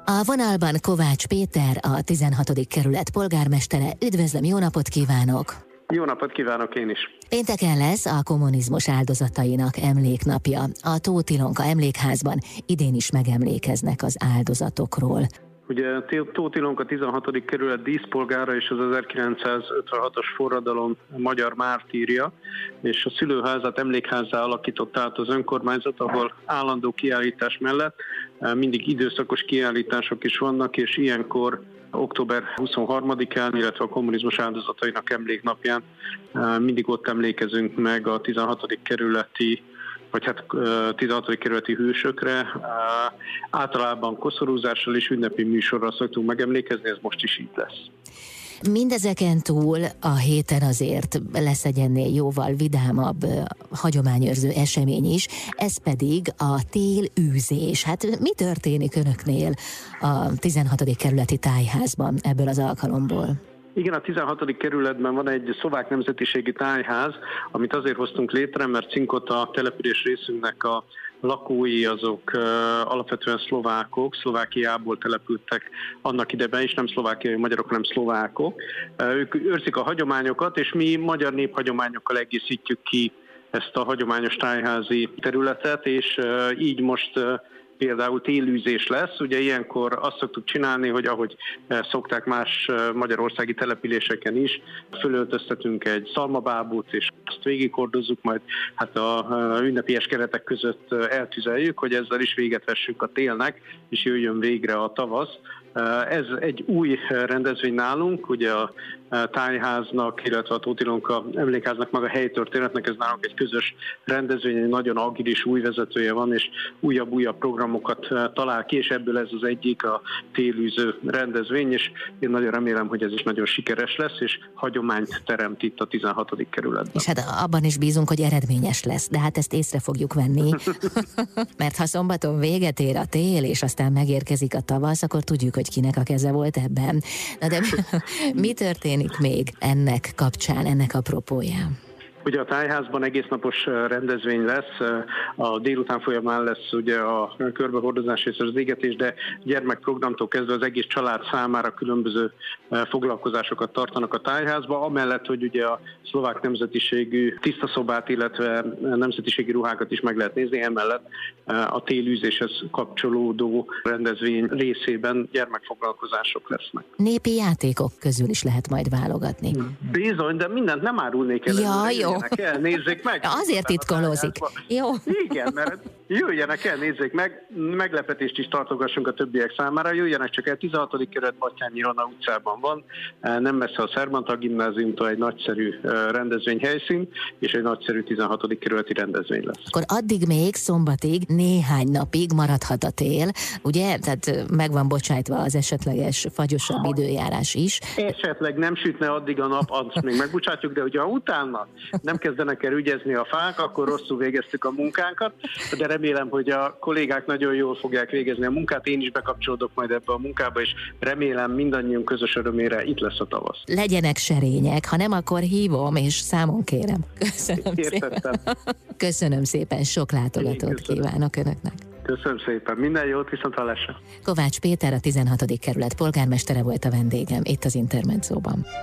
A vonalban Kovács Péter, a 16. kerület polgármestere. Üdvözlöm, jó napot kívánok! Jó napot kívánok én is! Pénteken lesz a kommunizmus áldozatainak emléknapja. A Tóth Ilonka emlékházban idén is megemlékeznek az áldozatokról. Ugye Tóth Ilonka 16. kerület díszpolgára és az 1956-os forradalom magyar mártírja, és a szülőházat emlékházzá alakított át az önkormányzat, ahol állandó kiállítás mellett mindig időszakos kiállítások is vannak, és ilyenkor október 23-án, illetve a kommunizmus áldozatainak emléknapján mindig ott emlékezünk meg a 16. kerületi 16. kerületi hősökre. Általában koszorúzással és ünnepi műsorral szoktunk megemlékezni, ez most is így lesz. Mindezeken túl a héten azért lesz egy ennél jóval vidámabb, hagyományőrző esemény is, ez pedig a télűzés. Hát mi történik önöknél a 16. kerületi tájházban ebből az alkalomból? Igen, a 16. kerületben van egy szlovák nemzetiségi tájház, amit azért hoztunk létre, mert cinkot a település részünknek a lakói azok alapvetően szlovákok, Szlovákiából települtek annak idején is, nem szlovákiai magyarok, hanem szlovákok. Ők őrzik a hagyományokat, és mi magyar néphagyományokkal egészítjük ki ezt a hagyományos tájházi területet, és így most például télűzés lesz. Ugye ilyenkor azt szoktuk csinálni, hogy ahogy szokták más magyarországi településeken is, fölöltöztetünk egy szalmabábút, és azt végighordozzuk, majd hát a ünnepies keretek között eltüzeljük, hogy ezzel is véget vessünk a télnek, és jöjjön végre a tavasz. Ez egy új rendezvény nálunk, ugye a tájháznak, illetve a Tóth Ilonka emlékháznak, meg a helytörténetnek, ez nálunk egy közös rendezvény, egy nagyon agilis új vezetője van, és újabb programokat talál ki, és ebből ez az egyik, a télűző rendezvény, és én nagyon remélem, hogy ez is nagyon sikeres lesz, és hagyományt teremt itt a 16. kerületben. És hát abban is bízunk, hogy eredményes lesz, de hát ezt észre fogjuk venni, mert ha szombaton véget ér a tél, és aztán megérkezik a tavasz, akkor tudjuk, hogy kinek a keze volt ebben. Na de mi történik még ennek kapcsán, ennek apropóján? Ugye a tájházban egésznapos rendezvény lesz, a délután folyamán lesz ugye a körbehordozás és az égetés, de gyermekprogramtól kezdve az egész család számára különböző foglalkozásokat tartanak a tájházba, amellett, hogy ugye a szlovák nemzetiségű tisztaszobát, illetve nemzetiségi ruhákat is meg lehet nézni, emellett a télűzéshez kapcsolódó rendezvény részében gyermekfoglalkozások lesznek. Népi játékok közül is lehet majd válogatni. Bizony, de mindent nem árulnék el. Ja, jó. El, nézzék meg. Azért titkolózik. Jó. Igen, mert jöjjenek el, nézzék meg, meglepetést is tartogassunk a többiek számára, jöjjenek csak el, 16. kerület Batthyány Ilona utcában van, nem messze a Szerbanta gimnáziumtól egy nagyszerű rendezvényhelyszín, és egy nagyszerű 16. kerületi rendezvény lesz. Akkor addig még szombatig néhány napig maradhat a tél, ugye? Tehát meg van bocsájtva az esetleges fagyosabb időjárás is. Esetleg nem sütne addig a nap, azt még megbocsátjuk, de ugye utána nem kezdenek el ügyezni a fák, akkor rosszul végeztük a munkánkat, de remélem, hogy a kollégák nagyon jól fogják végezni a munkát, én is bekapcsolódok majd ebbe a munkába, és remélem mindannyiunk közös örömére itt lesz a tavasz. Legyenek serények, ha nem, akkor hívom, és számon kérem. Köszönöm szépen. Köszönöm szépen, sok látogatót kívánok önöknek. Köszönöm szépen, minden jót, viszonthallásra. Kovács Péter, a 16. kerület polgármestere volt a vendégem itt az Intermedzóban.